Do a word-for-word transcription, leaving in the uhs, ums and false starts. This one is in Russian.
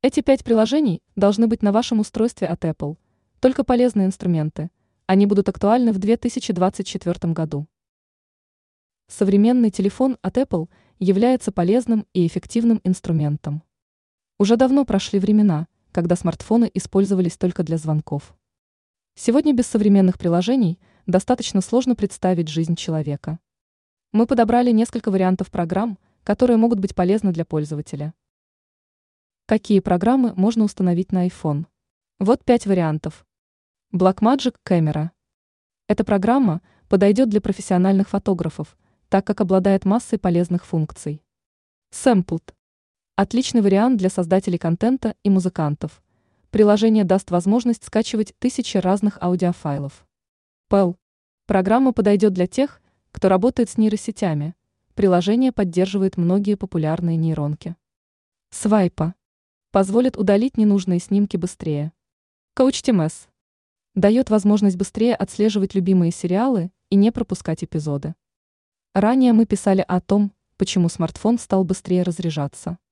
Эти пять приложений должны быть на вашем устройстве от Apple. Только полезные инструменты. Они будут актуальны в две тысячи двадцать четвёртом году. Современный телефон от Apple является полезным и эффективным инструментом. Уже давно прошли времена, когда смартфоны использовались только для звонков. Сегодня без современных приложений достаточно сложно представить жизнь человека. Мы подобрали несколько вариантов программ, которые могут быть полезны для пользователя. Какие программы можно установить на iPhone? Вот пять вариантов. Blackmagic Camera. Эта программа подойдет для профессиональных фотографов, так как обладает массой полезных функций. Sampled. Отличный вариант для создателей контента и музыкантов. Приложение даст возможность скачивать тысячи разных аудиофайлов. Pell. Программа подойдет для тех, кто работает с нейросетями. Приложение поддерживает многие популярные нейронки. Swipe. Позволит удалить ненужные снимки быстрее. CouchTMS. Дает возможность быстрее отслеживать любимые сериалы и не пропускать эпизоды. Ранее мы писали о том, почему смартфон стал быстрее разряжаться.